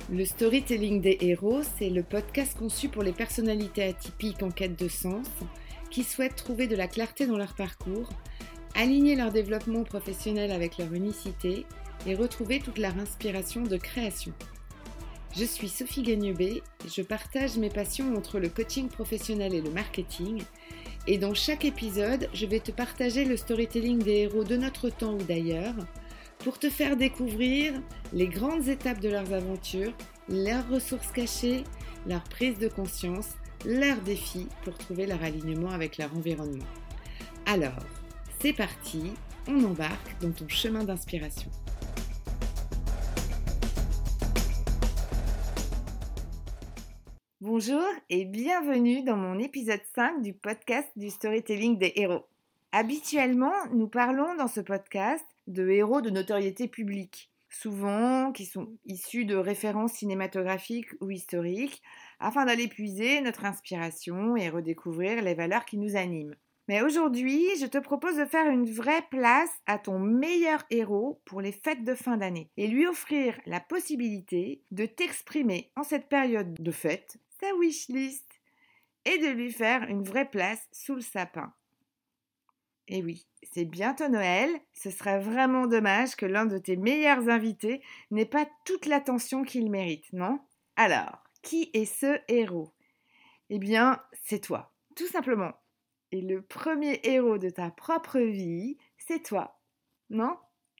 Le storytelling des héros, c'est le podcast conçu pour les personnalités atypiques en quête de sens, qui souhaitent trouver de la clarté dans leur parcours, aligner leur développement professionnel avec leur unicité et retrouver toute leur inspiration de création. Je suis Sophie Gagnebé, je partage mes passions entre le coaching professionnel et le marketing, et dans chaque épisode, je vais te partager le storytelling des héros de notre temps ou d'ailleurs, pour te faire découvrir les grandes étapes de leurs aventures, leurs ressources cachées, leur prise de conscience, leurs défis pour trouver leur alignement avec leur environnement. Alors, c'est parti, on embarque dans ton chemin d'inspiration. Bonjour et bienvenue dans mon épisode 5 du podcast du storytelling des héros. Habituellement, nous parlons dans ce podcast de héros de notoriété publique, souvent qui sont issus de références cinématographiques ou historiques, afin d'aller puiser notre inspiration et redécouvrir les valeurs qui nous animent. Mais aujourd'hui, je te propose de faire une vraie place à ton meilleur héros pour les fêtes de fin d'année et lui offrir la possibilité de t'exprimer en cette période de fête, sa wishlist, et de lui faire une vraie place sous le sapin. Et oui, c'est bientôt Noël, ce serait vraiment dommage que l'un de tes meilleurs invités n'ait pas toute l'attention qu'il mérite, non ? Alors, qui est ce héros ? Eh bien, c'est toi, tout simplement. Et le premier héros de ta propre vie, c'est toi, non ?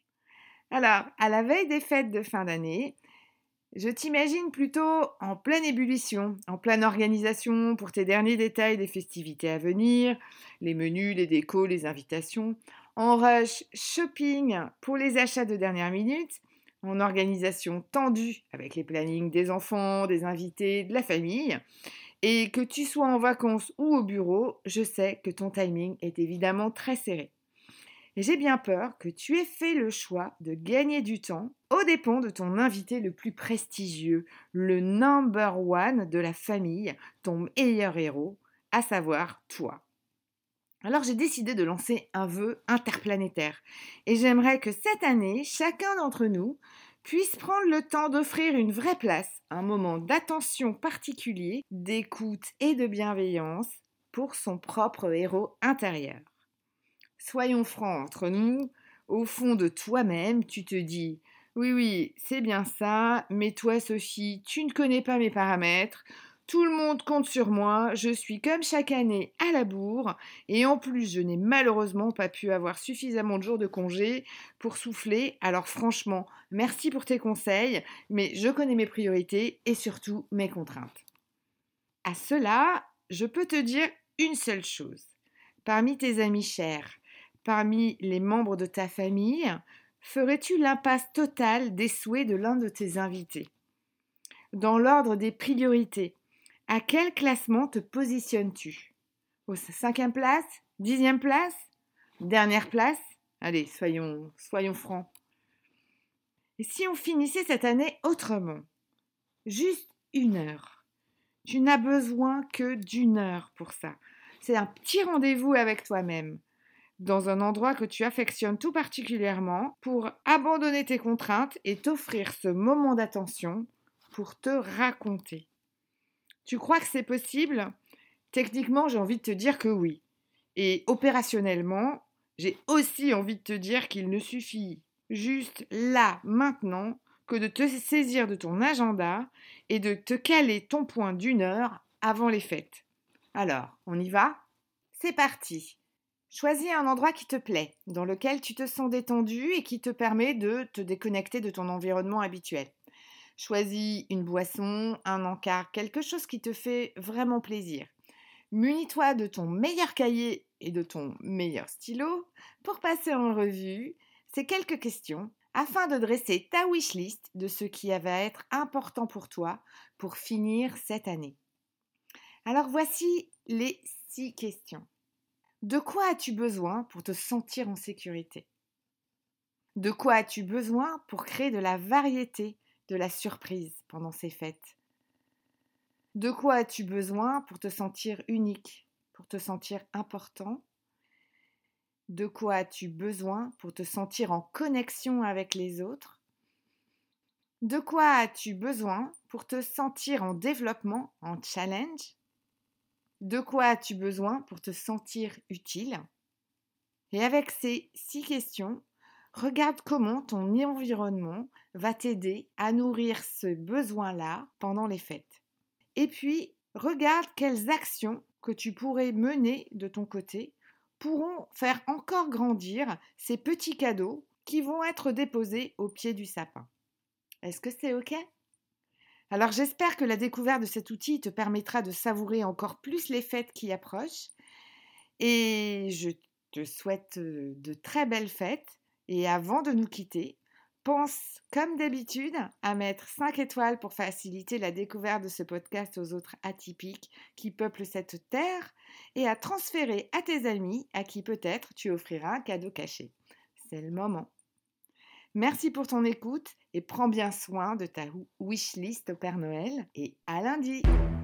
Alors, à la veille des fêtes de fin d'année, je t'imagine plutôt en pleine ébullition, en pleine organisation pour tes derniers détails des festivités à venir, les menus, les décos, les invitations, en rush shopping pour les achats de dernière minute, en organisation tendue avec les plannings des enfants, des invités, de la famille. Et que tu sois en vacances ou au bureau, je sais que ton timing est évidemment très serré. Et j'ai bien peur que tu aies fait le choix de gagner du temps aux dépens de ton invité le plus prestigieux, le number one de la famille, ton meilleur héros, à savoir toi. Alors j'ai décidé de lancer un vœu interplanétaire et j'aimerais que cette année, chacun d'entre nous puisse prendre le temps d'offrir une vraie place, un moment d'attention particulier, d'écoute et de bienveillance pour son propre héros intérieur. Soyons francs entre nous, au fond de toi-même, tu te dis « Oui, c'est bien ça, mais toi Sophie, tu ne connais pas mes paramètres, tout le monde compte sur moi, je suis comme chaque année à la bourre, et en plus je n'ai malheureusement pas pu avoir suffisamment de jours de congé pour souffler, alors franchement, merci pour tes conseils, mais je connais mes priorités et surtout mes contraintes. » À cela, je peux te dire une seule chose. Parmi tes amis chers, parmi les membres de ta famille, ferais-tu l'impasse totale des souhaits de l'un de tes invités ? Dans l'ordre des priorités, à quel classement te positionnes-tu ? Aux 5e place ? 10e place ? Dernière place ? Allez, soyons francs. Et si on finissait cette année autrement ? Juste 1 heure. Tu n'as besoin que d'1 heure pour ça. C'est un petit rendez-vous avec toi-même, dans un endroit que tu affectionnes tout particulièrement, pour abandonner tes contraintes et t'offrir ce moment d'attention pour te raconter. Tu crois que c'est possible ? Techniquement, j'ai envie de te dire que oui. Et opérationnellement, j'ai aussi envie de te dire qu'il ne suffit juste là, maintenant, que de te saisir de ton agenda et de te caler ton point d'1 heure avant les fêtes. Alors, on y va ? C'est parti ! Choisis un endroit qui te plaît, dans lequel tu te sens détendu et qui te permet de te déconnecter de ton environnement habituel. Choisis une boisson, un encart, quelque chose qui te fait vraiment plaisir. Munis-toi de ton meilleur cahier et de ton meilleur stylo pour passer en revue ces quelques questions afin de dresser ta wishlist de ce qui va être important pour toi pour finir cette année. Alors voici les 6 questions. De quoi as-tu besoin pour te sentir en sécurité ? De quoi as-tu besoin pour créer de la variété, de la surprise pendant ces fêtes ? De quoi as-tu besoin pour te sentir unique, pour te sentir important ? De quoi as-tu besoin pour te sentir en connexion avec les autres ? De quoi as-tu besoin pour te sentir en développement, en challenge? De quoi as-tu besoin pour te sentir utile? Et avec ces 6 questions, regarde comment ton environnement va t'aider à nourrir ce besoin-là pendant les fêtes. Et puis, regarde quelles actions que tu pourrais mener de ton côté pourront faire encore grandir ces petits cadeaux qui vont être déposés au pied du sapin. Est-ce que c'est OK? Alors j'espère que la découverte de cet outil te permettra de savourer encore plus les fêtes qui approchent et je te souhaite de très belles fêtes et avant de nous quitter, pense comme d'habitude à mettre 5 étoiles pour faciliter la découverte de ce podcast aux autres atypiques qui peuplent cette terre et à transférer à tes amis à qui peut-être tu offriras un cadeau caché. C'est le moment. Merci pour ton écoute et prends bien soin de ta wishlist au Père Noël et à lundi.